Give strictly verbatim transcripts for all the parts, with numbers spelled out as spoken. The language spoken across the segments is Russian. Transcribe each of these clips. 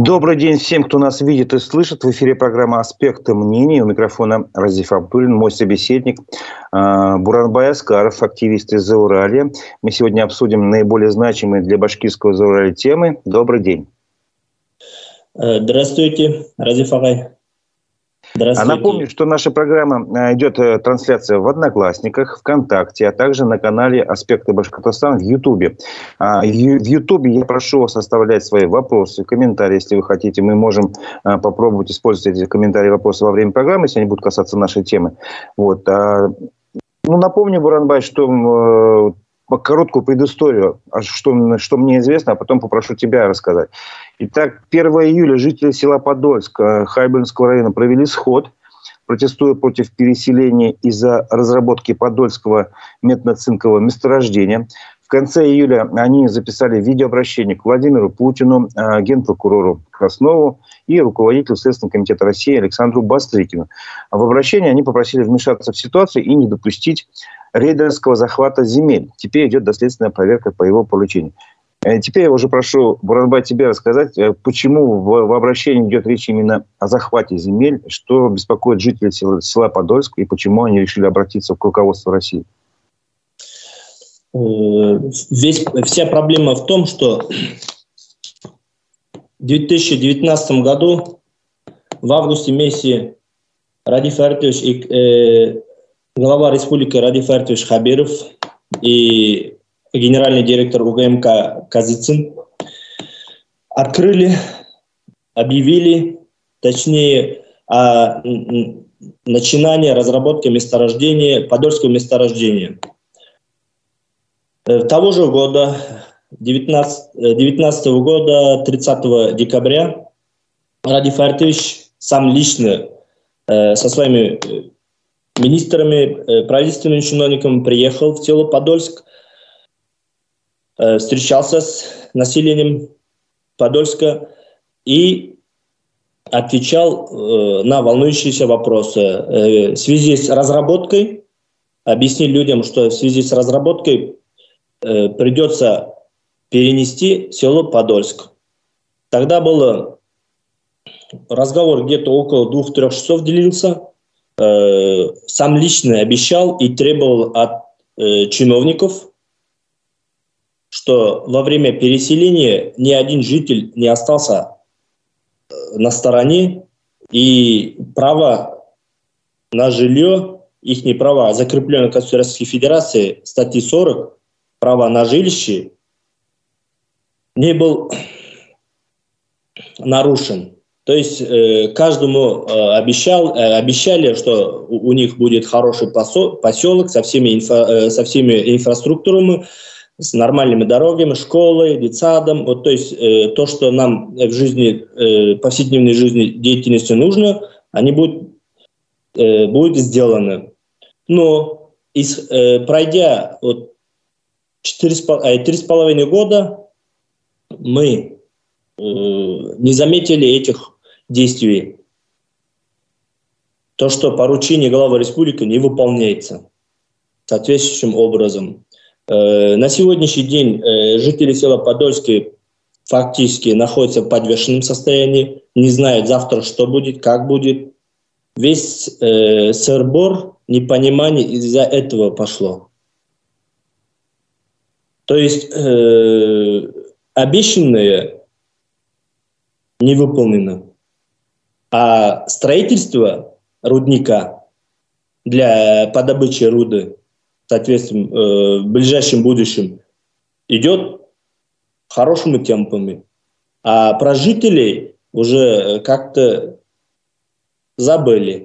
Добрый день всем, кто нас видит и слышит. В эфире программа «Аспекты мнений». У микрофона Разиф Абдуллин, мой собеседник Буранбай Аскаров, активист из Зауралья. Мы сегодня обсудим наиболее значимые для башкирского Зауралья темы. Добрый день. Здравствуйте, Разиф Агай. А напомню, что наша программа идет трансляция в Одноклассниках, ВКонтакте, а также на канале «Аспекты Башкортостана» в Ютубе. В Ютубе я прошу вас оставлять свои вопросы, комментарии, если вы хотите. Мы можем попробовать использовать эти комментарии и вопросы во время программы, если они будут касаться нашей темы. Вот. Ну, напомню, Буранбай, что короткую предысторию, что, что мне известно, а потом попрошу тебя рассказать. Итак, первого июля жители села Подольск Хайбинского района провели сход, протестуя против переселения из-за разработки Подольского медно-цинкового месторождения. В конце июля они записали видеообращение к Владимиру Путину, генпрокурору Краснову и руководителю Следственного комитета России Александру Бастрыкину. В обращении они попросили вмешаться в ситуацию и не допустить рейдерского захвата земель. Теперь идет доследственная проверка по его поручению. Теперь я уже прошу, Буранбай, тебя рассказать, почему в, в обращении идет речь именно о захвате земель, что беспокоит жителей села, села Подольск и почему они решили обратиться к руководству России. Весь, вся проблема в том, что в две тысячи девятнадцатом году, в августе месяце, Радиф Артович и э, глава республики Радиф Артович Хабиров и генеральный директор УГМК Казицын открыли, объявили, точнее, о начинании разработки месторождения, Подольского месторождения. Того же года, девятнадцатого года, тридцатого декабря, Радиф Артович сам лично э, со своими министрами, э, правительственными чиновниками приехал в село Подольск, э, встречался с населением Подольска и отвечал э, на волнующиеся вопросы. Э, в связи с разработкой, объяснил людям, что в связи с разработкой э, придется перенести село Подольск. Тогда был разговор где-то около двух-трех часов длился. Э, сам лично обещал и требовал от э, чиновников, что во время переселения ни один житель не остался на стороне, и право на жилье, их права, закрепленные в Конституции Российской Федерации, статьи сорок, право на жилище, не был нарушен. То есть э, каждому э, обещал, э, обещали, что у, у них будет хороший поселок со всеми, инфра, э, со всеми инфраструктурами, с нормальными дорогами, школой, детсадом. Вот, то есть э, то, что нам в жизни, э, повседневной жизни, деятельности нужно, они будут, э, будут сделаны. Но из, э, пройдя вот, четыре с половиной года, мы э, не заметили этих действий. То, что поручение главы республики не выполняется соответствующим образом. Э, на сегодняшний день э, жители села Подольска фактически находятся в подвешенном состоянии, не знают завтра, что будет, как будет. Весь э, сыр-бор, непонимание из-за этого пошло. То есть э, обещанное не выполнено. А строительство рудника для по добыче руды, соответственно, э, в ближайшем будущем идет хорошими темпами. А про жителей уже как-то забыли.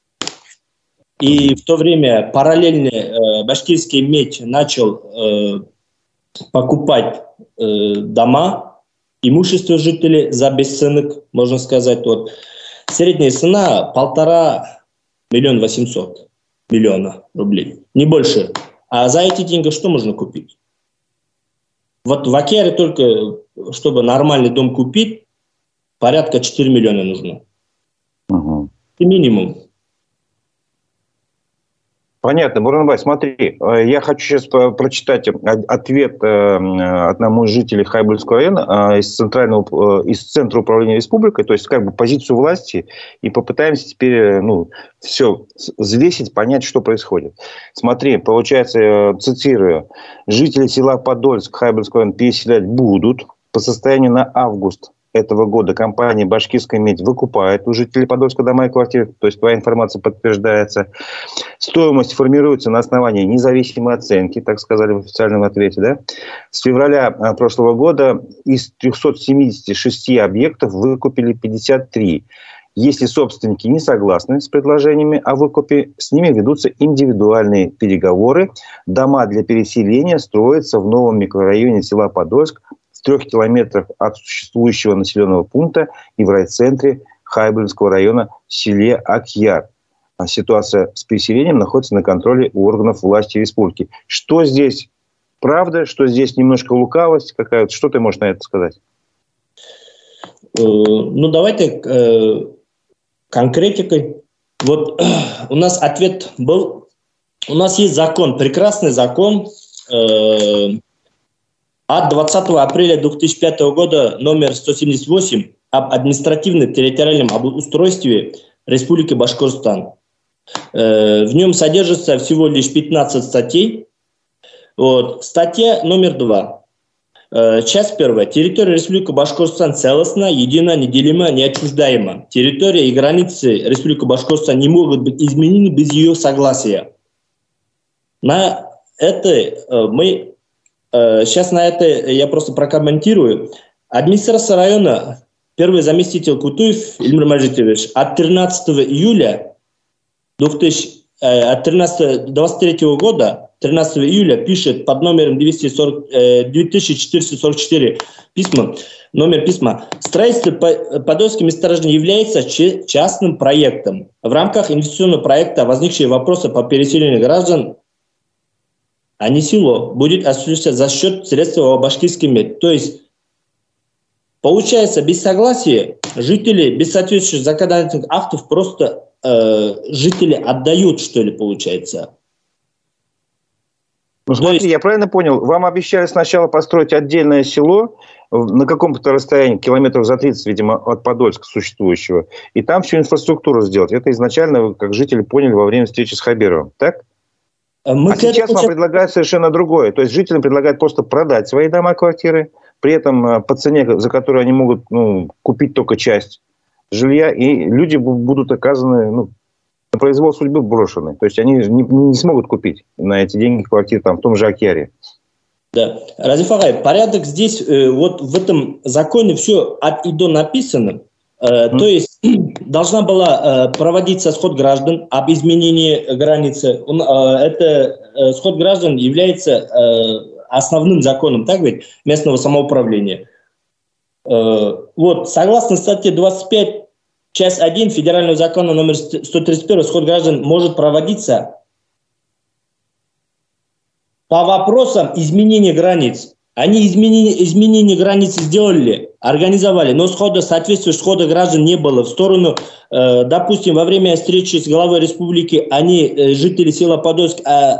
И в то время параллельно э, башкирский медь начал э, покупать э, дома, имущество жителей за бесценок, можно сказать. Вот. Средняя цена полтора миллиона восемьсот миллиона рублей, не больше. А за эти деньги что можно купить? Вот в Акере только, чтобы нормальный дом купить, порядка четыре миллиона нужно. Угу. И минимум. Понятно, Буранбай, смотри, я хочу сейчас прочитать ответ одному из жителей Хайбульского района из, центрального, из Центра управления республикой, то есть как бы позицию власти, и попытаемся теперь ну, все взвесить, понять, что происходит. Смотри, получается, цитирую, жители села Подольск Хайбульского района переселять будут. По состоянию на август этого года компания «Башкирская медь» выкупает у жителей Подольска дома и квартиры. То есть твоя информация подтверждается. Стоимость формируется на основании независимой оценки, так сказали в официальном ответе. Да? С февраля прошлого года из трёхсот семидесяти шести объектов выкупили пятьдесят три. Если собственники не согласны с предложениями о выкупе, с ними ведутся индивидуальные переговоры. Дома для переселения строятся в новом микрорайоне села Подольск, в трех километрах от существующего населенного пункта и в райцентре Хайбульского района в селе Акьяр. Ситуация с переселением находится на контроле у органов власти республики. Что здесь правда, что здесь немножко лукавость какая-то? Что ты можешь на это сказать? Ну, давайте э, конкретикой. Вот у нас ответ был. У нас есть закон, прекрасный закон, э, от двадцатого апреля две тысячи пятого года номер сто семьдесят восемь об административно-территориальном обустройстве Республики Башкортостан. Э, в нем содержится всего лишь пятнадцать статей. Вот. Статья номер два. Э, часть первая. Территория Республики Башкортостан целостна, едина, неделима, неотчуждаема. Территория и границы Республики Башкортостан не могут быть изменены без ее согласия. На это э, мы Сейчас на это я просто прокомментирую. Администрация района, первый заместитель Кутуев Ильмир Мажитович, от тринадцатого июля двадцать двадцать третьего года, тринадцатого июля, пишет под номером две тысячи четыреста сорок четыре письма, номер письма. Строительство Подольского месторождения является частным проектом. В рамках инвестиционного проекта возникшие вопросы по переселению граждан, а не село, будет осуществляться за счет средств башкирской медь. То есть, получается, без согласия жители, без соответствующих законодательных актов, просто э, жители отдают, что ли, получается. Ну, смотри, есть... я правильно понял, вам обещали сначала построить отдельное село на каком-то расстоянии, километров за тридцать, видимо, от Подольска существующего, и там всю инфраструктуру сделать. Это изначально, как жители поняли во время встречи с Хабировым, так? Мы а сейчас вам предлагают совершенно другое. То есть жителям предлагают просто продать свои дома, квартиры, при этом по цене, за которую они могут ну, купить только часть жилья, и люди будут оказаны ну, на произвол судьбы брошены. То есть они не, не смогут купить на эти деньги квартиры там, в том же Акьяре. Да. Разиф Агай, порядок здесь, э, вот в этом законе все от и до написано. Э, mm. То есть должна была э, проводиться сход граждан об изменении границы. Он, э, это э, сход граждан является э, основным законом, так ведь, местного самоуправления. Э, вот, согласно статье двадцать пять, часть один Федерального закона номер сто тридцать один, сход граждан может проводиться по вопросам изменения границ. Они изменение, изменение границ сделали, организовали, но схода, соответствующего схода граждан не было. В сторону, э, допустим, во время встречи с главой республики, они, э, жители села Подольск, э,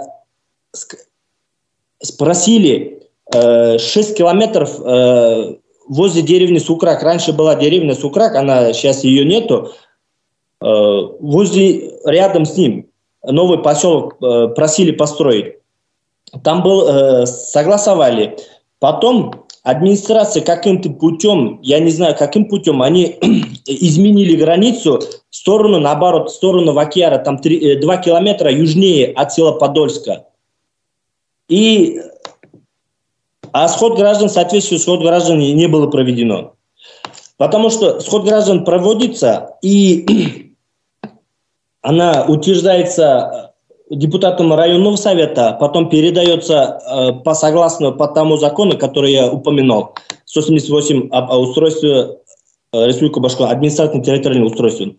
спросили э, шесть километров э, возле деревни Сукрак. Раньше была деревня Сукрак, она, сейчас ее нету. Э, возле, рядом с ним новый поселок э, просили построить. Там был, э, согласовали. Потом администрация каким-то путем, я не знаю, каким путем, они изменили границу в сторону, наоборот, в сторону Вакьяра, там три, два километра южнее от села Подольска. И, а сход граждан, соответствующий сход граждан не было проведено. Потому что сход граждан проводится, и она утверждается депутатам районного совета, потом передается э, по согласно по тому закону, который я упоминал, сто семьдесят восемь об устройстве э, Республики Башкортостан, административно-территориальное устройство.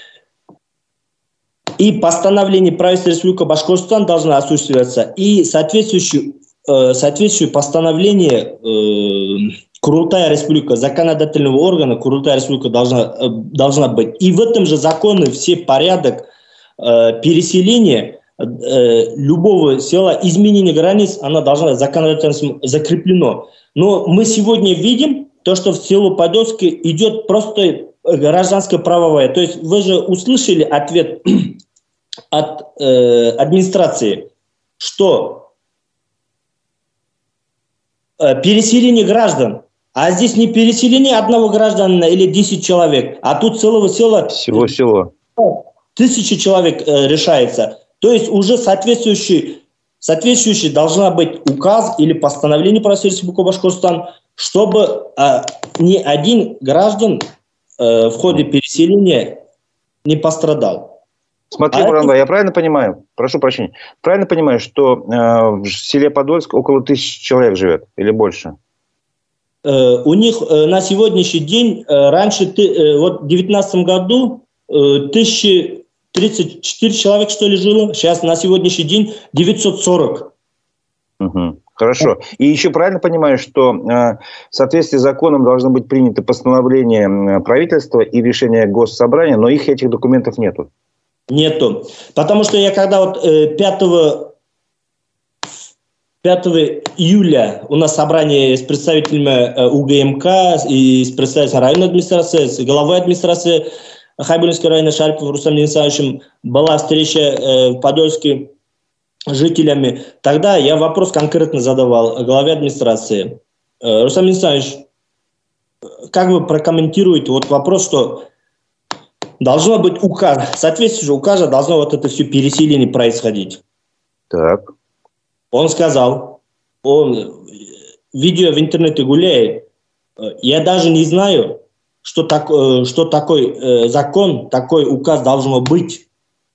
И постановление правительства Республики Башкортостан должно осуществляться, и соответствующее, э, соответствующее постановление э, Курултая Республика, законодательного органа Курултая Республика должна, э, должна быть. И в этом же законе все порядок э, переселения э, любого села, изменение границ, она должна законодательно закреплено. Но мы сегодня видим то, что в село Подольске идет просто гражданское правовое. То есть вы же услышали ответ от э, администрации, что э, переселение граждан, а здесь не переселение одного гражданина или десять человек, а тут целого села. Всего села. Тысячи человек э, решается. То есть уже соответствующий, соответствующий должна быть указ или постановление правительства Республики Башкортостан, чтобы э, ни один граждан э, в ходе переселения не пострадал. Смотри, а Буранбай, это... я правильно понимаю, прошу прощения, правильно понимаю, что э, в селе Подольск около тысячи человек живет или больше? Э, у них э, на сегодняшний день, э, раньше, ты, э, вот в две тысячи девятнадцатом году э, тысяча тридцать четыре человек, что ли, жило, сейчас на сегодняшний день девятьсот сорок. Угу. Хорошо. И еще правильно понимаю, что э, в соответствии с законом должно быть принято постановление правительства и решение госсобрания, но их этих документов нету. Нету. Потому что я когда вот э, пятого июля у нас собрание с представителями э, УГМК и с представителями районной администрации, с главой администрации Хайбулинского района Шарипов Рустам Денисовичем была встреча э, в Подольске с жителями. Тогда я вопрос конкретно задавал главе администрации. Э, Рустам Денисович, как вы прокомментируете вот вопрос, что должно быть указ, соответствующий указа должно вот это все переселение происходить. Так. Он сказал, он видео в интернете гуляет, я даже не знаю, что, так, что такой э, закон, такой указ должно быть.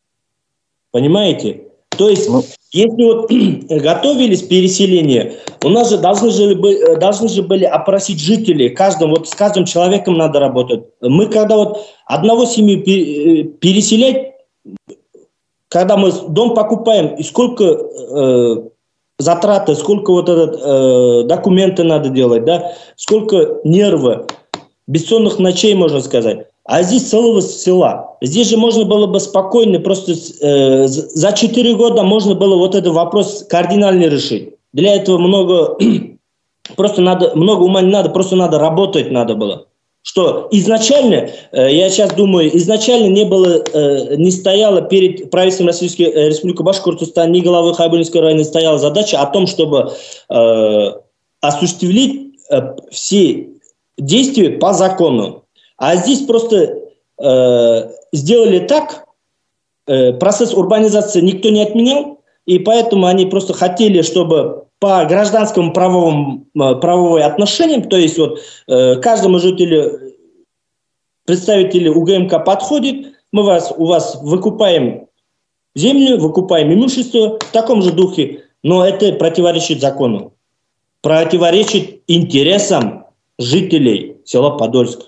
Понимаете? То есть, ну, если вот готовились к переселению, у нас же должны же, должны же были опросить жителей, каждым, вот с каждым человеком надо работать. Мы когда вот одного семью переселять, когда мы дом покупаем, и сколько э, затраты, сколько вот этот э, документы надо делать, да, сколько нервов, бессонных ночей, можно сказать. А здесь целого села. Здесь же можно было бы спокойно, просто э, за четыре года можно было вот этот вопрос кардинально решить. Для этого много, просто надо, много ума не надо, просто надо работать надо было. Что изначально, э, я сейчас думаю, изначально не было, э, не стояла перед правительством Российской э, Республики Башкортостан, ни главы Хайбулинского района не стояла задача о том, чтобы э, осуществить э, все действия по закону. А здесь просто э, сделали так, э, процесс урбанизации никто не отменял, и поэтому они просто хотели, чтобы по гражданскому правовым, правовым отношениям, то есть вот э, каждому жителю, представителю УГМК подходит, мы вас, у вас выкупаем землю, выкупаем имущество в таком же духе, но это противоречит закону, противоречит интересам жителей села Подольск.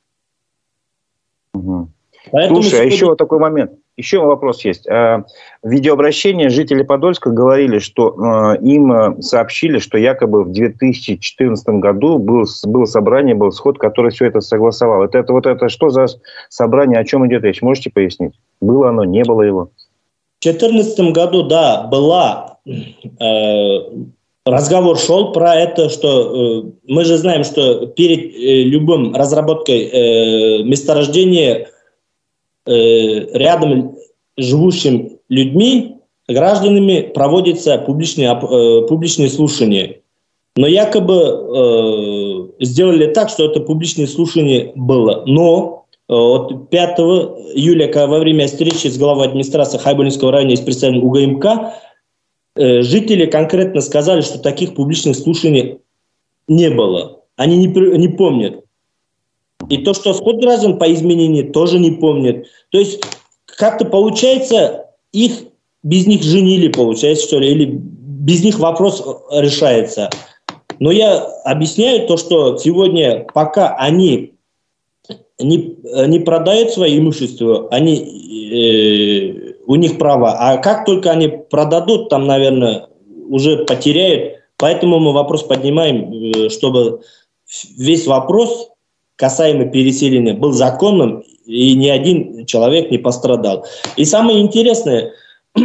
Угу. Слушай, сегодня... а еще вот такой момент. Еще вопрос есть. В видеообращении жители Подольска говорили, что им сообщили, что якобы в две тысячи четырнадцатом году был, было собрание, был сход, который все это согласовал. Это, это, вот это что за собрание, о чем идет речь? Можете пояснить? Было оно, не было его? В две тысячи четырнадцатом году, да, была... Э, разговор шел про это, что э, мы же знаем, что перед э, любым разработкой э, месторождения рядом живущим людьми, гражданами проводятся публичные, э, публичные слушания. Но якобы э, сделали так, что это публичное слушание было. Но э, вот пятого июля, когда во время встречи с главой администрации Хайбулинского района и с представителем УГМК, э, жители конкретно сказали, что таких публичных слушаний не было. Они не, не помнят. И то, что сход граждан по изменению, тоже не помнят. То есть, как-то получается, их без них женили, получается, что ли, или без них вопрос решается. Но я объясняю то, что сегодня, пока они не, не продают свое имущество, они, э, у них право. А как только они продадут, там, наверное, уже потеряют. Поэтому мы вопрос поднимаем, чтобы весь вопрос касаемо переселения был законным, и ни один человек не пострадал. И самое интересное,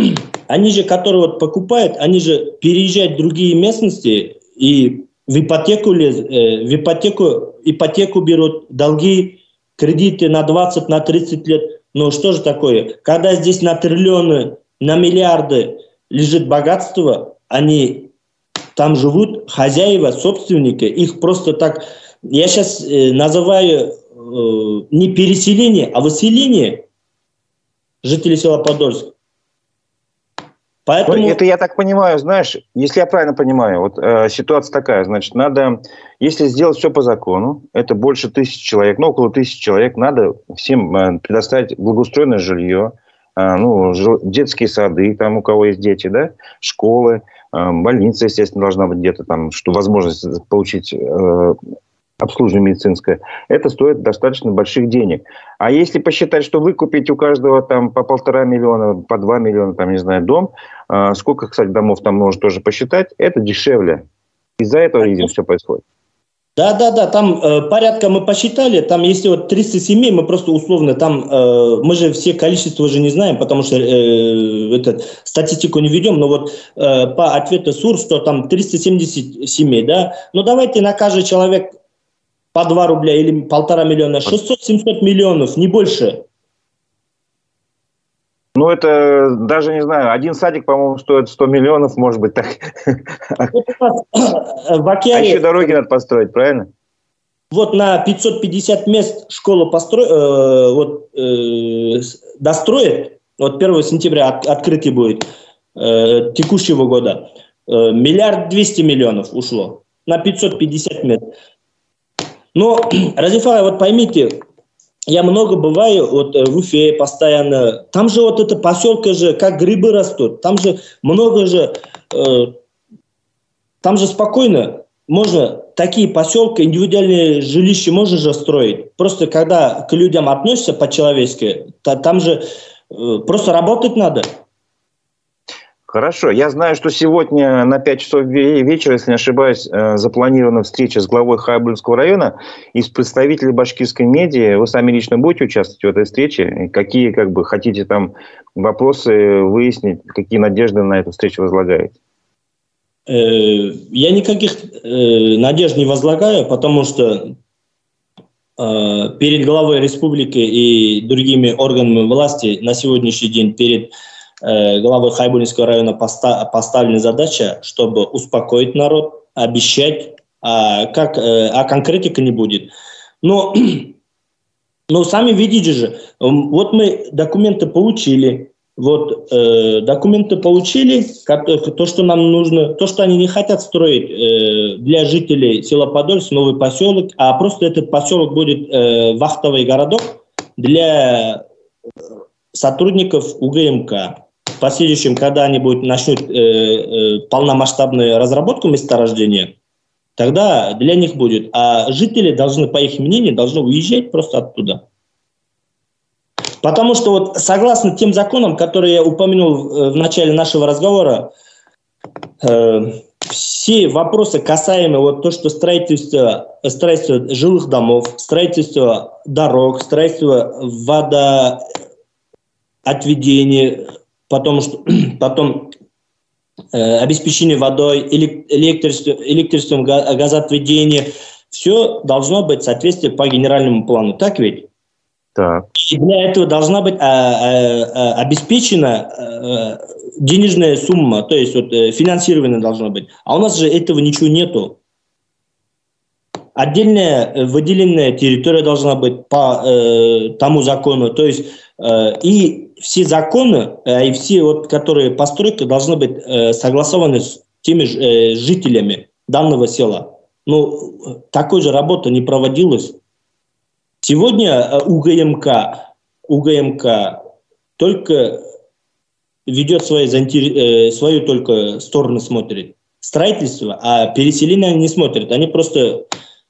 они же, которые вот покупают, они же переезжают в другие местности и в ипотеку, э, в ипотеку, ипотеку берут, долги, кредиты на двадцать, на тридцать лет. Ну что же такое? Когда здесь на триллионы, на миллиарды лежит богатство, они там живут, хозяева, собственники, их просто так... Я сейчас э, называю э, не переселение, а выселение жителей села Подольск. Поэтому... Это я так понимаю, знаешь, если я правильно понимаю, вот э, ситуация такая, значит, надо, если сделать все по закону, это больше тысячи человек, ну, около тысячи человек, надо всем э, предоставить благоустроенное жилье, э, ну, жил, детские сады, там у кого есть дети, да, школы, э, больница, естественно, должна быть где-то там, что возможность получить... Э, обслуживание медицинское, это стоит достаточно больших денег. А если посчитать, что выкупить у каждого там по полтора миллиона, по два миллиона, там, не знаю, дом, э, сколько, кстати, домов там можно тоже посчитать, это дешевле. Из-за этого, видимо, все происходит. Да, да, да, там э, порядка мы посчитали, там если вот триста семей, мы просто условно, там э, мы же все количество уже не знаем, потому что э, это, статистику не ведем, но вот э, по ответу СУР, что там триста семьдесят семей, да, ну давайте на каждый человек по два рубля или полтора миллиона, шестьсот-семьсот миллионов, не больше. Ну, это даже, не знаю, один садик, по-моему, стоит сто миллионов, может быть, так. Вот у нас в Океане... А еще дороги надо построить, правильно? Вот на пятьсот пятьдесят мест школу постро... э, вот, э, достроят, вот первого сентября от, открытие будет э, текущего года, э, миллиард двести миллионов ушло на пятьсот пятьдесят мест. Но, Разифа, вот поймите, я много бываю вот в Уфе постоянно. Там же вот это поселка же, как грибы растут. Там же много же, э, там же спокойно можно такие поселки, индивидуальные жилища можно же строить. Просто когда к людям относишься по-человечески, там же э, просто работать надо. Хорошо. Я знаю, что сегодня на пять часов вечера, если не ошибаюсь, запланирована встреча с главой Хайбулинского района и с представителями башкирской медиа. Вы сами лично будете участвовать в этой встрече? Какие, как бы, хотите там вопросы выяснить? Какие надежды на эту встречу возлагаете? Я никаких надежд не возлагаю, потому что перед главой республики и другими органами власти на сегодняшний день перед главой Хайбулинского района поставлена задача, чтобы успокоить народ, обещать, а, как, а конкретики не будет. Но, но сами видите же, вот мы документы получили, вот э, документы получили, то, что нам нужно, то, что они не хотят строить э, для жителей села Подольск, новый поселок, а просто этот поселок будет э, вахтовый городок для сотрудников УГМК. В последующем, когда они будут начнут э, э, полномасштабную разработку месторождения, тогда для них будет. А жители должны, по их мнению, должны уезжать просто оттуда. Потому что вот согласно тем законам, которые я упомянул в начале нашего разговора, э, все вопросы, касаемые вот то, что строительство, строительство жилых домов, строительство дорог, строительство водоотведения, потом, что, потом э, обеспечение водой, электричеством, электричеством, газоотведение, все должно быть в соответствии по генеральному плану. Так ведь? Так. И для этого должна быть а, а, а, обеспечена а, денежная сумма, то есть вот, финансирование должно быть. А у нас же этого ничего нету. Отдельная выделенная территория должна быть по э, тому закону. То есть э, и все законы, э, и все, вот, которые постройки, должны быть э, согласованы с теми э, жителями данного села. Но такой же работа не проводилась. Сегодня УГМК, УГМК только ведет свои, э, свою только сторону, смотрит. Строительство, а переселение они не смотрят. Они просто...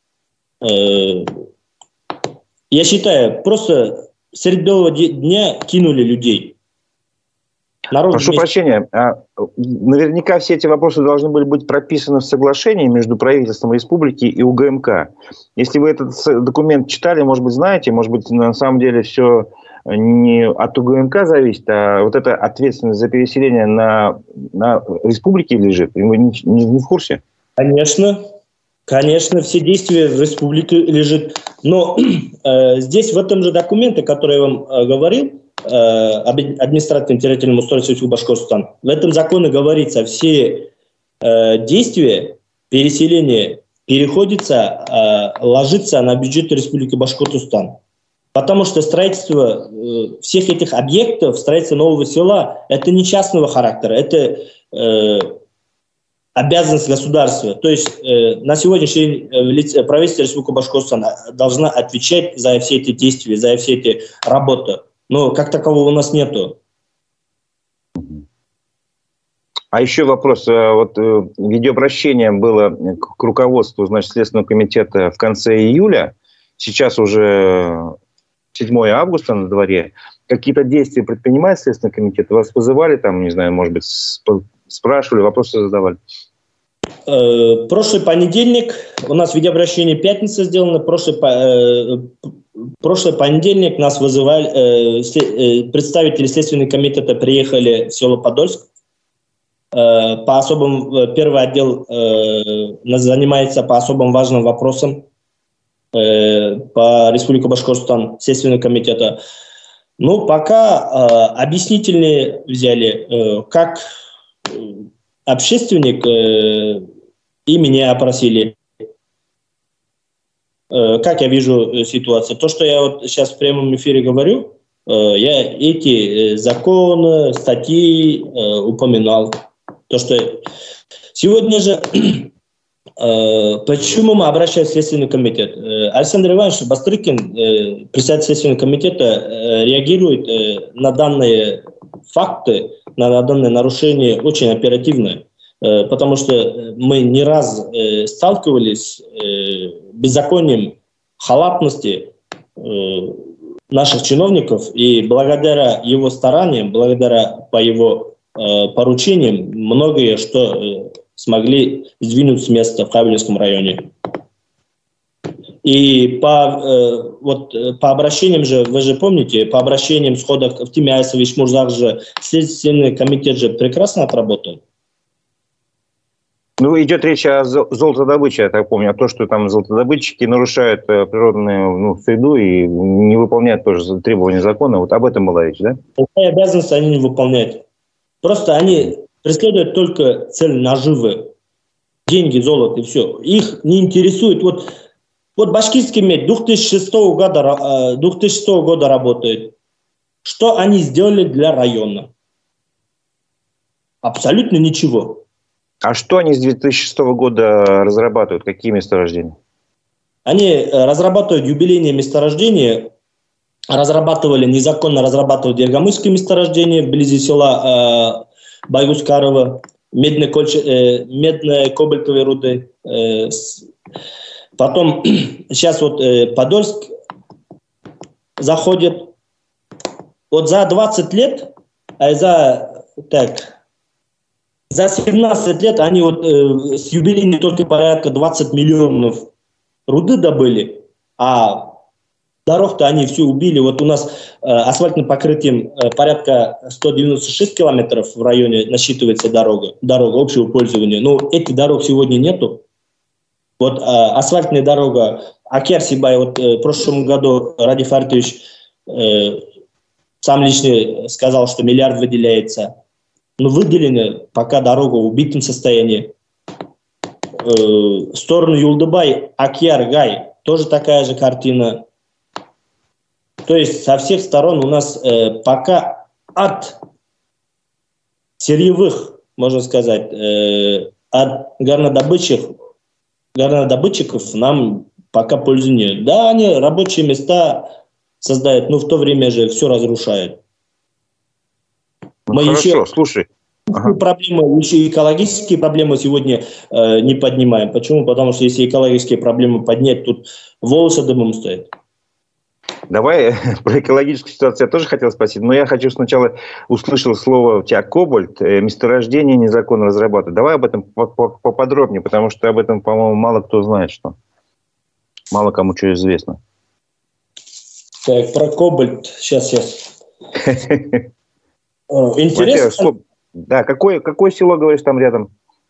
Я считаю, просто средь белого дня кинули людей. Народ Прошу вместе... прощения, наверняка все эти вопросы должны были быть прописаны в соглашении между правительством республики и УГМК. Если вы этот документ читали, может быть, знаете, может быть, на самом деле все не от УГНК зависит, а вот эта ответственность за переселение на, на республике лежит? Вы не, не, не в курсе? Конечно. Конечно, все действия в республике лежат. Но э, здесь, в этом же документе, который я вам э, говорил, э, об административном территориальном устройстве Башкортостана, в этом законе говорится, все э, действия переселения переходится, э, ложится на бюджет Республики Башкортостан. Потому что строительство э, всех этих объектов, строительство нового села, это не частного характера, это э, обязанность государства. То есть э, на сегодняшний день э, правительство Республики Башкортостан должна отвечать за все эти действия, за все эти работы. Но как такового у нас нету. А еще вопрос. Вот видеообращение было к руководству, значит, Следственного комитета в конце июля. Сейчас уже седьмое августа на дворе. Какие-то действия предпринимает Следственный комитет? Вас вызывали там, не знаю, может быть, спрашивали, вопросы задавали? Э, прошлый понедельник, у нас видеообращение пятница сделано, прошлый, э, прошлый понедельник нас вызывали, э, представители Следственного комитета приехали в село Подольск. Э, по особым, первый отдел э, занимается по особым важным вопросам э, по Республике Башкортостан, Следственного комитета. Ну, пока э, объяснительные взяли, э, как общественник, э, и меня опросили. Э, как я вижу ситуацию? То, что я вот сейчас в прямом эфире говорю, э, я эти законы, статьи э, упоминал. То, что сегодня же, э, почему мы обращаемся в Следственный комитет? Э, Александр Иванович Бастрыкин, э, председатель Следственного комитета, э, реагирует э, на данные факты, на данные нарушения очень оперативно, э, потому что мы не раз э, сталкивались с э, беззаконием, халатности э, наших чиновников, и благодаря его стараниям, благодаря по его э, поручениям, многие что э, смогли сдвинуть с места в Кабельском районе. И по, э, вот, по обращениям же, вы же помните, по обращениям сходах в Тимяйсово и Шмурзах же Следственный комитет же прекрасно отработал. Ну, идет речь о золотодобыче, я так помню, о том, что там золотодобытчики нарушают природную ну, среду и не выполняют тоже требования закона. Вот об этом была речь, да? Такая обязанность они не выполняют. Просто они преследуют только цель наживы. Деньги, золото и все. Их не интересует. Вот Вот башкирский мед две тысячи шестого года, две тысячи шестого года работает. Что они сделали для района? Абсолютно ничего. А что они с две тысячи шестого года разрабатывают? Какие месторождения? Они разрабатывают юбилейные месторождения. Разрабатывали, незаконно разрабатывали Дергамысское месторождение вблизи села э, Байгускарова. Медные, э, медные кобальтовые руды. Э, Потом, сейчас вот э, Подольск заходит. Вот за двадцать лет, а за, так, за семнадцать лет они вот э, с юбилейной только порядка двадцать миллионов руды добыли, а дорог-то они все убили. Вот у нас э, асфальтным покрытием э, порядка сто девяносто шесть километров в районе насчитывается дорога, дорога общего пользования. Но этих дорог сегодня нету. Вот э, асфальтная дорога Акер-Сибай, вот э, в прошлом году Ради Фаритович э, сам лично сказал, что миллиард выделяется. Но выделено пока дорога в убитом состоянии. Э, в сторону Юлдыбай, Акер-Гай, тоже такая же картина. То есть со всех сторон у нас э, пока от сырьевых, можно сказать, э, от горнодобытчиков, горнодобытчиков нам пока пользы нет. Да, они рабочие места создают, но в то время же все разрушают. Ну, Мы хорошо, еще слушай. Ага. Проблемы, еще экологические проблемы сегодня э, не поднимаем. Почему? Потому что если экологические проблемы поднять, тут волосы дымом стоят. Давай про экологическую ситуацию я тоже хотел спросить, но я хочу сначала услышал слово у тебя кобальт, месторождение незаконно разрабатывать. Давай об этом поподробнее, потому что об этом, по-моему, мало кто знает, что мало кому что известно. Так, про кобальт. Сейчас, сейчас. Интересно. Да, какое, какое село, говоришь, там рядом?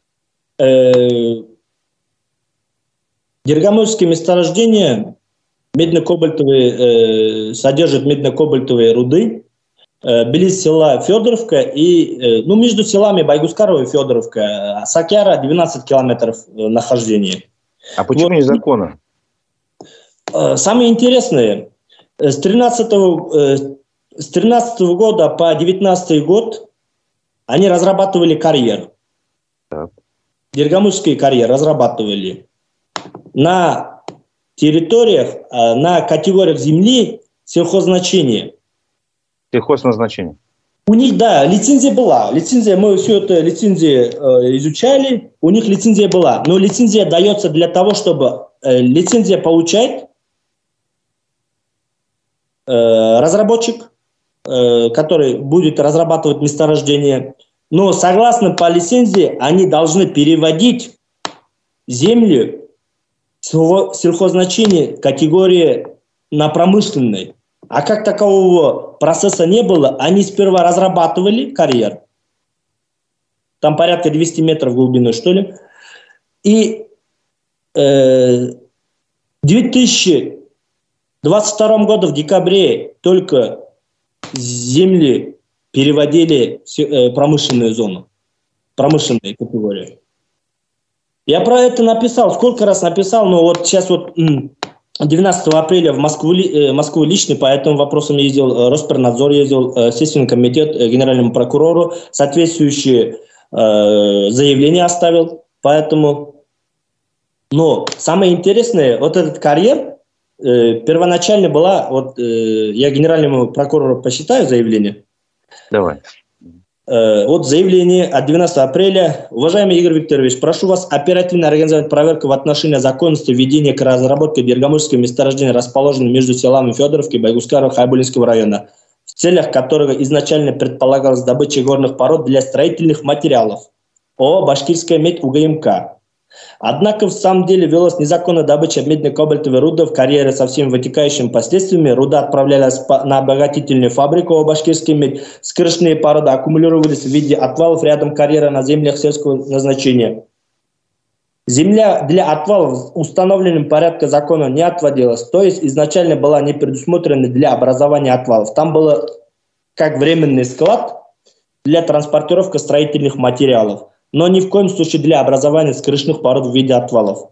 Дергамольские месторождения медно-кобальтовые, э, содержат медно-кобальтовые руды. Э, близ села Федоровка и, э, ну, между селами Байгускарова и Федоровка. Сакяра двенадцать километров э, нахождения. А почему вот, незаконно? Э, самое интересное, с тринадцатого, э, с тринадцатого года по девятнадцатый год они разрабатывали карьер. Так. Дергамольский карьер разрабатывали. На территориях, на категориях земли сельхозназначения. Сельхозназначение. У них, да, лицензия была. Лицензия, мы все это лицензии э, изучали, у них лицензия была. Но лицензия дается для того, чтобы э, лицензия получает э, разработчик, э, который будет разрабатывать месторождение. Но согласно по лицензии, они должны переводить землю сельхозназначения категории на промышленной. А как такового процесса не было, они сперва разрабатывали карьер. Там порядка двести метров глубиной, что ли. И э, в две тысячи двадцать втором году в декабре только земли переводили в э, промышленную зону. Промышленную категорию. Я про это написал, сколько раз написал, но вот сейчас вот двенадцатого апреля в Москву, э, Москву лично по этому вопросам ездил, Роспринадзор ездил, э, Следственный комитет, э, генеральному прокурору, соответствующие э, заявления оставил, поэтому, но самое интересное, вот этот карьер, э, первоначально была, вот э, я генеральному прокурору посчитаю заявление. Давай. Вот заявление от двенадцатого апреля. Уважаемый Игорь Викторович, прошу вас оперативно организовать проверку в отношении законности введения к разработке Дергамольского месторождения, расположенного между селами Федоровки и Байгускарова Хайбулинского района, в целях которого изначально предполагалась добыча горных пород для строительных материалов ООО «Башкирская медь УГМК». Однако в самом деле велась незаконная добыча медно-кобальтовой руды в карьере со всеми вытекающими последствиями. Руда отправлялась на обогатительную фабрику ООО «Башкирская медь». Скрышные породы аккумулировались в виде отвалов рядом карьера на землях сельского назначения. Земля для отвалов установленным порядком закона не отводилась, то есть изначально была не предусмотрена для образования отвалов. Там был как временный склад для транспортировки строительных материалов, но ни в коем случае для образования скрышных пород в виде отвалов.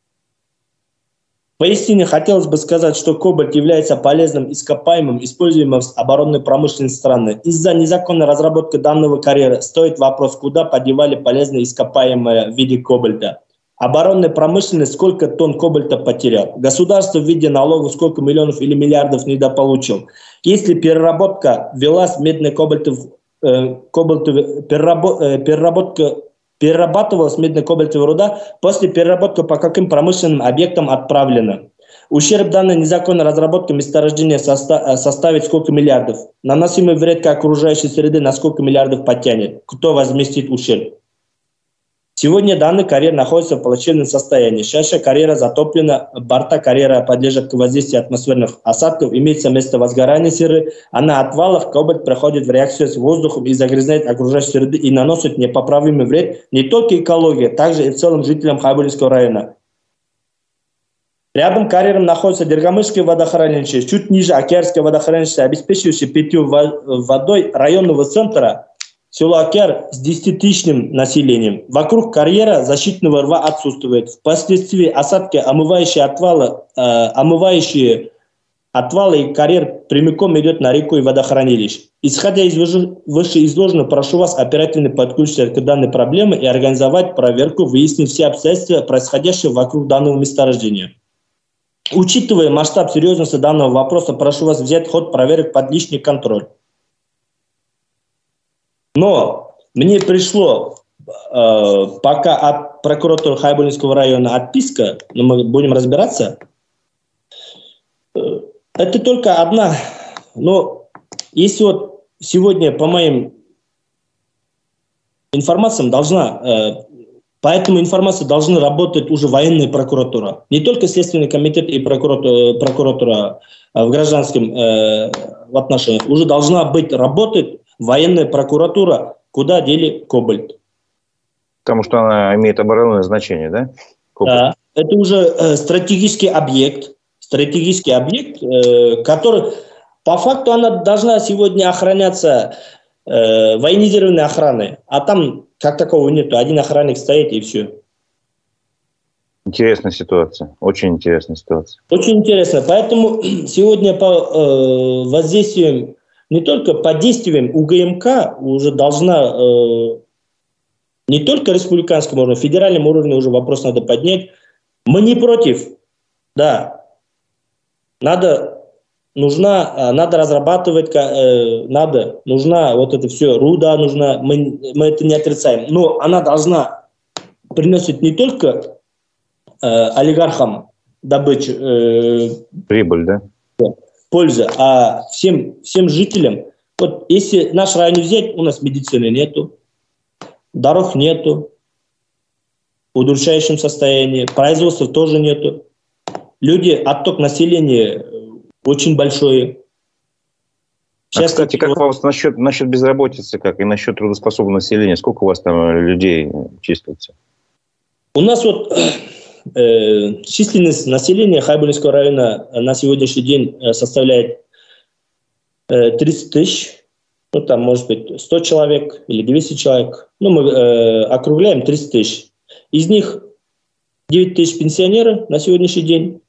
Поистине хотелось бы сказать, что кобальт является полезным ископаемым, используемым в оборонной промышленности страны. Из-за незаконной разработки данного карьера стоит вопрос, куда подевали полезные ископаемые в виде кобальта. Оборонная промышленность сколько тонн кобальта потерял. Государство в виде налогов сколько миллионов или миллиардов недополучил. Если переработка велась медно-кобальтов, э, кобальтов, переработ, э, переработка перерабатывалась медно-кобальтовая руда, после переработки по каким промышленным объектам отправлена. Ущерб данной незаконной разработки месторождения соста составит сколько миллиардов. Наносимый вред к окружающей среды на сколько миллиардов потянет. Кто возместит ущерб? Сегодня данный карьер находится в плачевном состоянии. Чаша карьера затоплена, борта карьера подлежат к воздействию атмосферных осадков, имеется место возгорания серы, а на отвалах кобальт проходит в реакцию с воздухом и загрязняет окружающую среду и наносит непоправимый вред не только экологии, также и целым жителям Хайбулинского района. Рядом карьером находится Дергамольское водохранилище, чуть ниже Океарское водохранилище, обеспечивающее питьевой водой районного центра село Океар с десятитысячным населением. Вокруг карьера защитного рва отсутствует. Впоследствии осадки, омывающие отвалы, э, омывающие отвалы и карьер прямиком идет на реку и водохранилище. Исходя из вышеизложенного, прошу вас оперативно подключиться к данной проблеме и организовать проверку, выяснить все обстоятельства, происходящие вокруг данного месторождения. Учитывая масштаб серьезности данного вопроса, прошу вас взять ход проверок под личный контроль. Но мне пришло э, пока от прокуратуры Хайбулинского района отписка, но мы будем разбираться. Э, это только одна. Но если вот сегодня по моим информациям должна э, Поэтому информация должна работать уже военная прокуратура. Не только Следственный комитет и прокуратура, прокуратура в гражданском э, в отношениях. Уже должна быть работать военная прокуратура, куда дели Кобальт. Потому что она имеет оборонное значение, да? Кобальт. Да, это уже э, стратегический объект. Стратегический объект, э, который по факту она должна сегодня охраняться э, военизированной охраной. А там как такового нету. Один охранник стоит и все. Интересная ситуация. Очень интересная ситуация. Очень интересно. Поэтому сегодня по э, воздействиям, не только по действиям УГМК уже должна э, не только республиканскому уровню, федеральному уровню уже вопрос надо поднять. Мы не против. Да. Надо, нужна, надо разрабатывать, э, надо, нужна вот это все, руда нужна, мы, мы это не отрицаем. Но она должна приносить не только э, олигархам добычу, э, прибыль, да? Пользу, а всем, всем жителям. Вот если наш район взять, у нас медицины нету, дорог нету, в удручающем состоянии, производства тоже нету. Люди, отток населения очень большой. Сейчас, а, кстати, как у вас насчет, насчет безработицы, как и насчет трудоспособного населения? Сколько у вас там людей числится? У нас вот э, численность населения Хайбулинского района на сегодняшний день составляет э, тридцать тысяч. Ну, там может быть сто человек или двести человек. Ну, мы э, округляем тридцать тысяч. Из них девять тысяч пенсионеры на сегодняшний день.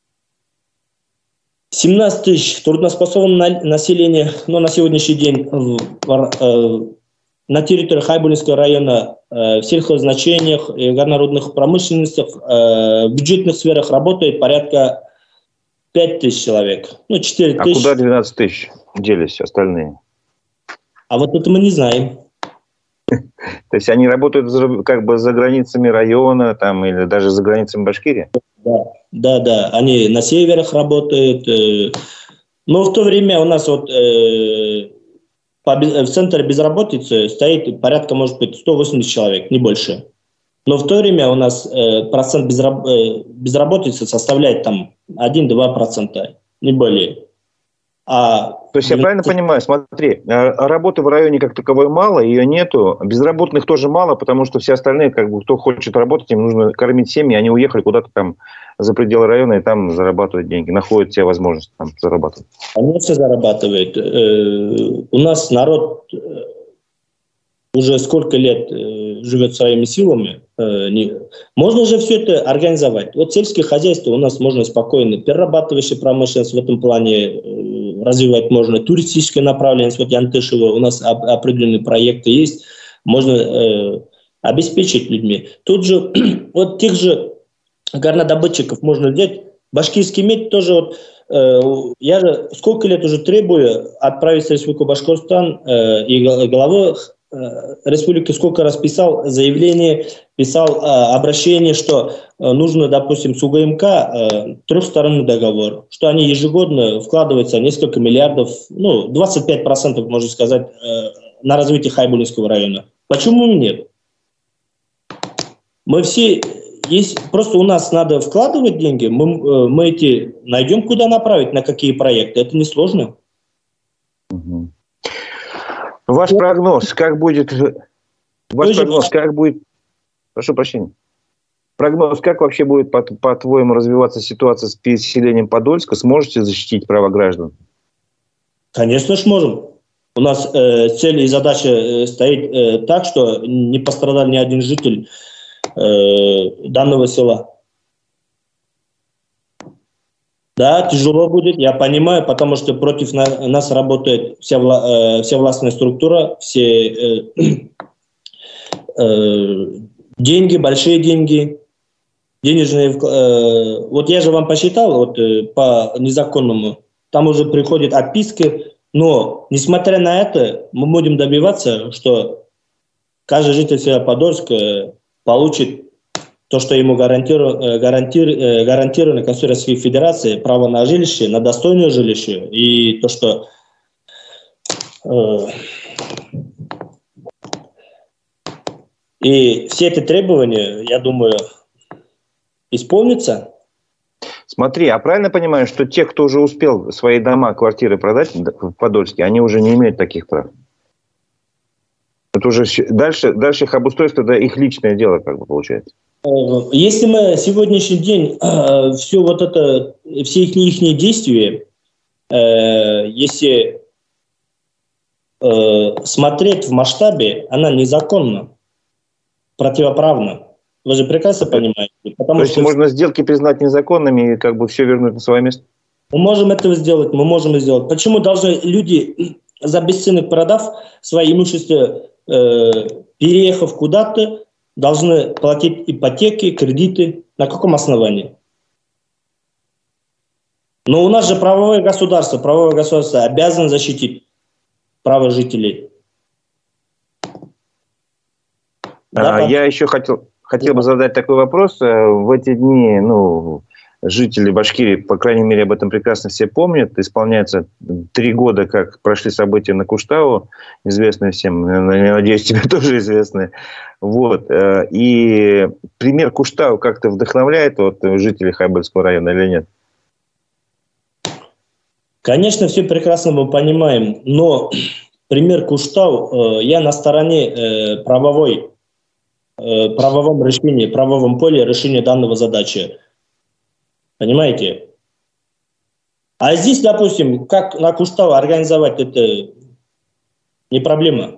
семнадцать тысяч трудоспособного населения, но на сегодняшний день в, в, на территории Хайбулинского района в сельхоззначениях, в горнорудных промышленностях, в бюджетных сферах работает порядка пять тысяч человек. Ну, четыре тысячи. А куда двенадцать тысяч делись остальные? А вот это мы не знаем. То есть они работают как бы за границами района там, или даже за границами Башкирии? Да, да, да. Они на северах работают. Но в то время у нас вот э, по, в центре безработицы стоит порядка, может быть, сто восемьдесят человек, не больше. Но в то время у нас э, процент безраб, э, безработицы составляет там один-два процента, не более. А То есть я правильно понимаю, смотри, работы в районе как таковой мало, ее нету, безработных тоже мало, потому что все остальные, как бы, кто хочет работать, им нужно кормить семьи, они уехали куда-то там за пределы района и там зарабатывают деньги, находят себе возможность там зарабатывать. Они все зарабатывают. У нас народ уже сколько лет живет своими силами. Можно же все это организовать. Вот сельское хозяйство у нас можно спокойно, перерабатывающая промышленность в этом плане развивать можно, туристическая направленность, вот Янтышево, у нас определенные проекты есть, можно э, обеспечить людьми. Тут же, вот тех же горнодобытчиков можно взять, башкирский медь тоже, вот, э, я же сколько лет уже требую отправить в Республику Башкортостан э, и главой республики сколько раз писал заявление, писал э, обращение, что э, нужно, допустим, с УГМК э, трехсторонний договор, что они ежегодно вкладываются несколько миллиардов, ну, двадцать пять процентов, можно сказать, э, на развитие Хайбулинского района. Почему нет? Мы все, есть, просто у нас надо вкладывать деньги, мы, э, мы эти найдем, куда направить, на какие проекты, это несложно. Угу. Ваш прогноз, как будет, ваш прогноз, как будет, прошу прощения, прогноз, как вообще будет, по- по-твоему, развиваться ситуация с переселением Подольска? Сможете защитить права граждан? Конечно же можем. У нас э, цель и задача э, стоит э, так, что не пострадал ни один житель э, данного села. Да, тяжело будет, я понимаю, потому что против на, нас работает вся, вла, э, вся властная структура, все э, э, деньги, большие деньги, денежные. Э, вот я же вам посчитал, вот э, по незаконному, там уже приходит отписка, но несмотря на это, мы будем добиваться, что каждый житель села Подольска получит то, что ему гарантировано, гарантировано, гарантировано Конституцией Российской Федерации, право на жилище, на достойное жилище, и то, что э, И все эти требования, я думаю, исполнятся. Смотри, а правильно понимаю, что те, кто уже успел свои дома, квартиры продать в Подольске, они уже не имеют таких прав? Это уже дальше, дальше их обустройство, это их личное дело, как бы получается. Если мы сегодняшний день э, все вот это, все их, их действия, э, если э, смотреть в масштабе, она незаконна, противоправна. Вы же прекрасно понимаете. Потому То есть что можно сделки признать незаконными и как бы все вернуть на свое место? Мы можем этого сделать, мы можем это сделать. Почему должны люди, за бесценок продав свои имущества, э, переехав куда-то, должны платить ипотеки, кредиты? На каком основании? Но у нас же правовое государство, правовое государство обязано защитить право жителей. Да, а, я еще хотел, хотел бы задать такой вопрос. В эти дни, ну, жители Башкирии, по крайней мере, об этом прекрасно все помнят. Исполняется три года, как прошли события на Куштау, известные всем, я надеюсь, тебе тоже известные. Вот. И пример Куштау как-то вдохновляет вот, жителей Хайбельского района или нет? Конечно, все прекрасно мы понимаем, но пример Куштау, я на стороне правовой, правовом решении, правовом поле решения данного задачи. Понимаете? А здесь, допустим, как на Куштау организовать, это не проблема.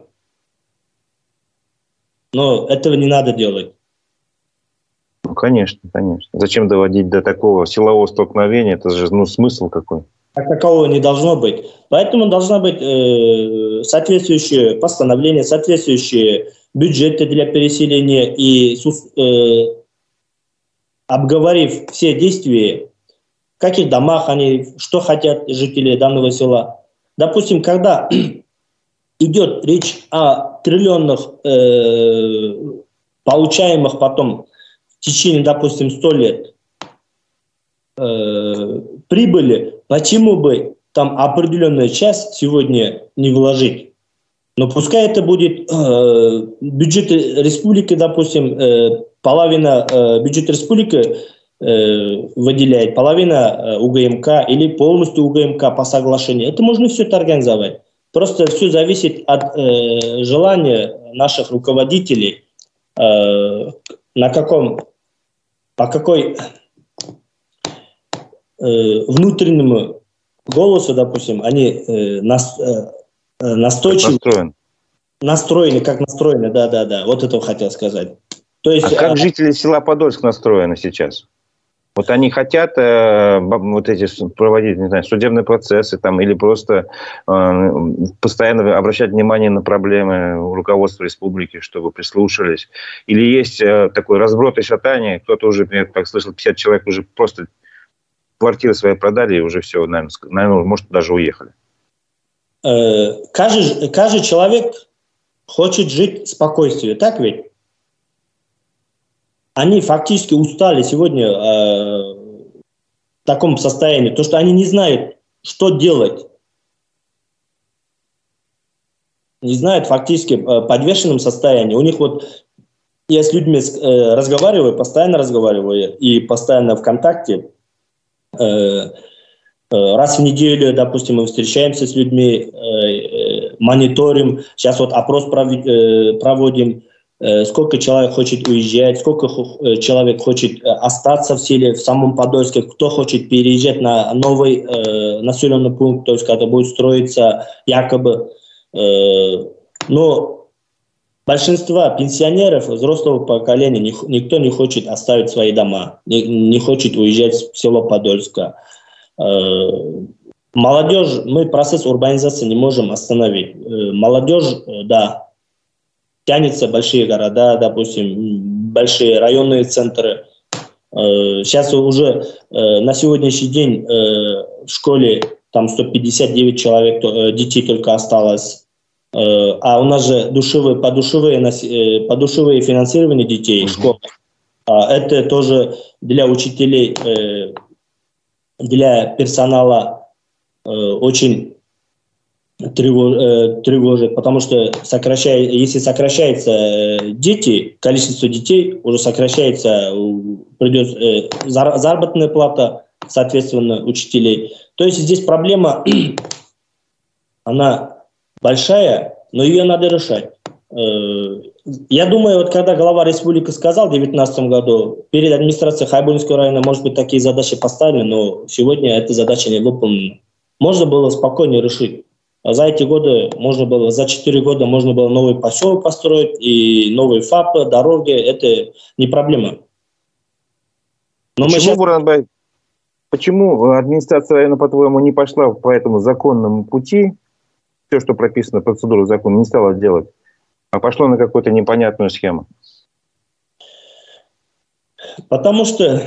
Но этого не надо делать. Ну, конечно, конечно. Зачем доводить до такого силового столкновения? Это же, ну, смысл какой? А такого не должно быть. Поэтому должно быть э, соответствующее постановление, соответствующие бюджеты для переселения и э, обговорив все действия, в каких домах они, что хотят жители данного села. Допустим, когда идет речь о триллионных э, получаемых потом в течение, допустим, сто лет э, прибыли, почему бы там определенную часть сегодня не вложить? Но пускай это будет э, бюджет республики, допустим, э, половина э, бюджета республики э, выделяет, половина э, УГМК или полностью УГМК по соглашению. Это можно все это организовать. Просто все зависит от э, желания наших руководителей, э, на каком, по какой э, внутреннему голосу, допустим, они э, нас, э, настойчивы. Настроен. Настроены, как настроены, да-да-да. Вот это хотел сказать. То есть, а как а... жители села Подольск настроены сейчас? Вот они хотят э, вот эти проводить, не знаю, судебные процессы там, или просто э, постоянно обращать внимание на проблемы руководства республики, чтобы прислушались? Или есть э, такой разброд и шатание? Кто-то уже, я так слышал, пятьдесят человек уже просто квартиры свои продали и уже все, наверное, наверное может, даже уехали. Каждый, каждый человек хочет жить в спокойствии, так ведь? Они фактически устали сегодня э, в таком состоянии, то что они не знают, что делать. Не знают фактически в подвешенном состоянии. У них вот, я с людьми э, разговариваю, постоянно разговариваю, и постоянно в контакте. Э, Раз в неделю, допустим, мы встречаемся с людьми, мониторим. Сейчас вот опрос проводим, сколько человек хочет уезжать, сколько человек хочет остаться в селе, в самом Подольске, кто хочет переезжать на новый населенный пункт, то есть когда будет строиться якобы. Но большинство пенсионеров, взрослого поколения, никто не хочет оставить свои дома, не хочет уезжать в село Подольска. Молодежь, мы процесс урбанизации не можем остановить. Молодежь, да, тянется в большие города, допустим, большие районные центры. Сейчас уже на сегодняшний день в школе там сто пятьдесят девять человек, детей только осталось. А у нас же душевые, подушевые, подушевые финансирование детей в школах. Это тоже для учителей, для персонала э, очень тревожит, потому что сокращая, если сокращается дети, количество детей, уже сокращается, придет заработная плата, соответственно, учителей. То есть здесь проблема, она большая, но ее надо решать. Я думаю, вот когда глава республики сказал в две тысячи девятнадцатом году, перед администрацией Хайбулинского района, может быть, такие задачи поставлены, но сегодня эта задача не выполнена. Можно было спокойно решить. А за эти годы можно было, за четыре года можно было новый поселок построить и новые ФАПы, дороги. Это не проблема. Но почему, мы сейчас... Буранбай, почему администрация района, по-твоему, не пошла по этому законному пути, все, что прописано в процедуре закона, не стала делать, а пошло на какую-то непонятную схему? Потому что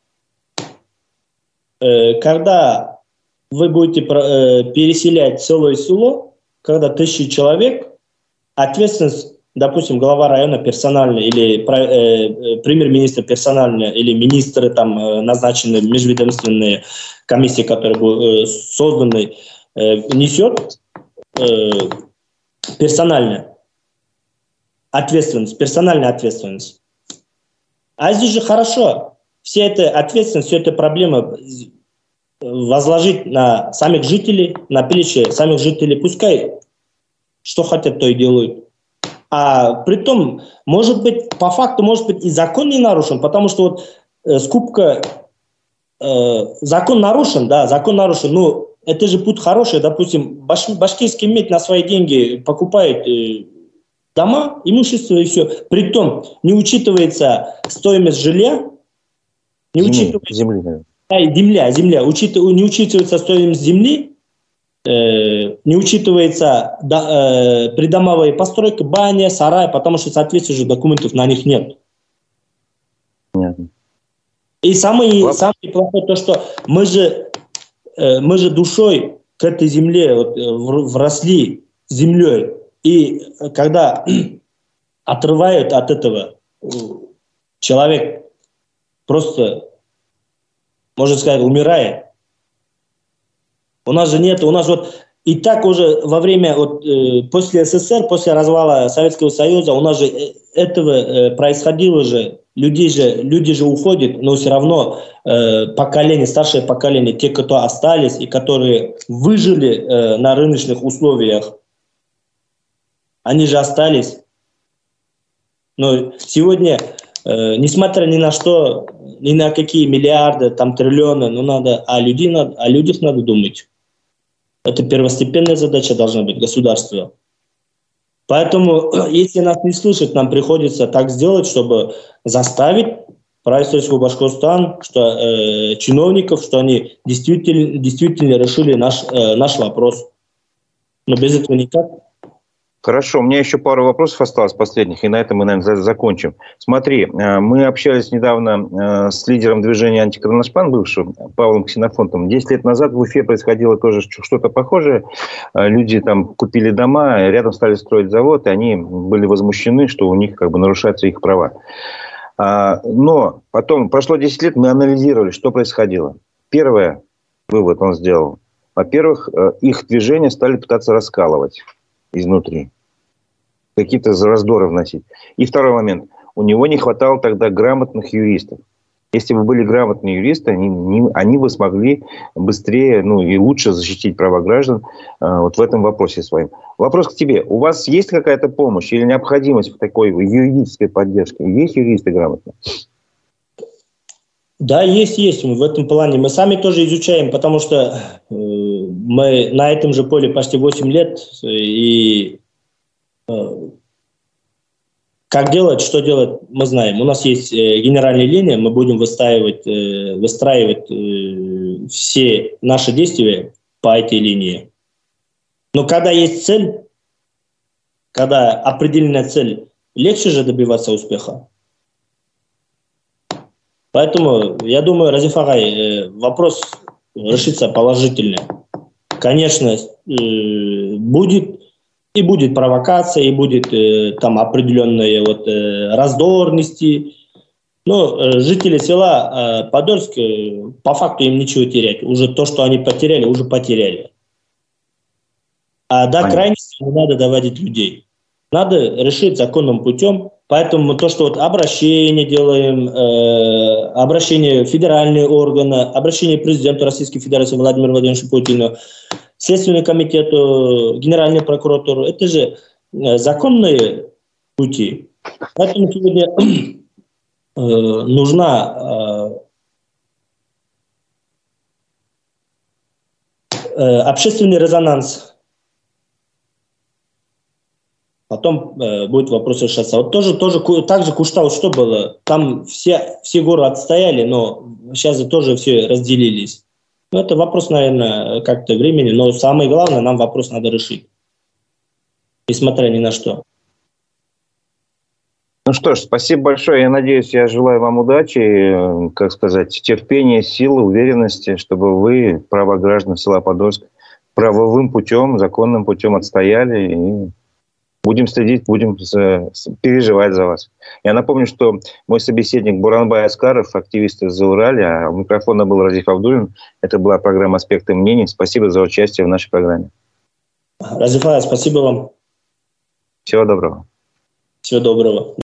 э, когда вы будете э, переселять целое село, когда тысячи человек, ответственность, допустим, глава района персонально, или э, премьер-министр персонально, или министры, там, э, назначенные межведомственные комиссии, которые будут э, созданы, э, несет э, персонально ответственность, персональная ответственность. А здесь же хорошо, вся эта ответственность, вся эта проблема возложить на самих жителей, на плечи самих жителей, пускай что хотят, то и делают. А при том, может быть, по факту, может быть, и закон не нарушен, потому что вот э, скупка, э, закон нарушен, да, закон нарушен, но это же путь хороший, допустим, баш, башкирский МИД на свои деньги покупает э, дома, имущество и все. При том, не учитывается стоимость жилья, не Земли, учитывается... Земли, наверное. Земля, земля. Учит, не учитывается стоимость земли, э, не учитывается да, э, придомовая постройка, баня, сарай, потому что соответствующих документов на них нет. Понятно. И самое, самое плохое то, что мы же, э, мы же душой к этой земле вот, вросли землей. И когда отрывают от этого, человек просто... можно сказать, умирает. У нас же нет, у нас вот и так уже во время, вот, э, после СССР, после развала Советского Союза, у нас же этого э, происходило же, люди же, люди же уходят, но все равно э, поколение, старшее поколение, те, кто остались и которые выжили э, на рыночных условиях, они же остались. Но сегодня... Несмотря ни на что, ни на какие миллиарды, там триллионы, ну надо, о, людей надо, о людях надо думать. Это первостепенная задача должна быть государства. Поэтому, если нас не слышат, нам приходится так сделать, чтобы заставить правительство Башкортостана, что э, чиновников, что они действительно, действительно решили наш, э, наш вопрос. Но без этого никак. Хорошо, у меня еще пару вопросов осталось последних, и на этом мы, наверное, закончим. Смотри, мы общались недавно с лидером движения «Антикроношпан», бывшим Павлом Ксенофонтом. Десять лет назад в Уфе происходило тоже что-то похожее. Люди там купили дома, рядом стали строить завод, и они были возмущены, что у них как бы нарушаются их права. Но потом, прошло десять лет, мы анализировали, что происходило. Первый вывод он сделал. Во-первых, их движения стали пытаться раскалывать изнутри. Какие-то раздоры вносить. И второй момент. У него не хватало тогда грамотных юристов. Если бы были грамотные юристы, они, не, они бы смогли быстрее, ну и лучше защитить права граждан э, вот в этом вопросе своим. Вопрос к тебе. У вас есть какая-то помощь или необходимость в такой юридической поддержке? Есть юристы грамотные? Да, есть, есть. В этом плане мы сами тоже изучаем, потому что э, мы на этом же поле почти восемь лет. И э, как делать, что делать, мы знаем. У нас есть э, генеральная линия, мы будем выстраивать, э, выстраивать э, все наши действия по этой линии. Но когда есть цель, когда определенная цель, легче же добиваться успеха. Поэтому, я думаю, Разиф Агай, вопрос решится положительно. Конечно, будет и будет провокация, и будет там определенные вот раздорности. Но жители села Подольск, по факту им ничего терять. Уже то, что они потеряли, уже потеряли. А до Понятно. крайности не надо доводить людей. Надо решить законным путем. Поэтому то, что вот обращение делаем, э, обращение в федеральные органы, обращение президенту Российской Федерации Владимиру Владимировичу Путину, Следственному комитету, Генеральному прокуратуру, это же э, законные пути. Поэтому сегодня э, нужна э, э, общественный резонанс. Потом э, будет вопрос решаться. Вот тоже, тоже так же Куштау, что было? Там все, все горы отстояли, но сейчас тоже все разделились. Ну, это вопрос, наверное, как-то времени, но самое главное, нам вопрос надо решить. Несмотря ни на что. Ну что ж, спасибо большое. Я надеюсь, я желаю вам удачи, как сказать, терпения, силы, уверенности, чтобы вы, права граждан села Подольск, правовым путем, законным путем отстояли. И будем следить, будем переживать за вас. Я напомню, что мой собеседник Буранбай Аскаров, активист из Зауралья, а у микрофона был Разиф Абдуллин. Это была программа «Аспекты мнений». Спасибо за участие в нашей программе. Разифа, спасибо вам. Всего доброго. Всего доброго.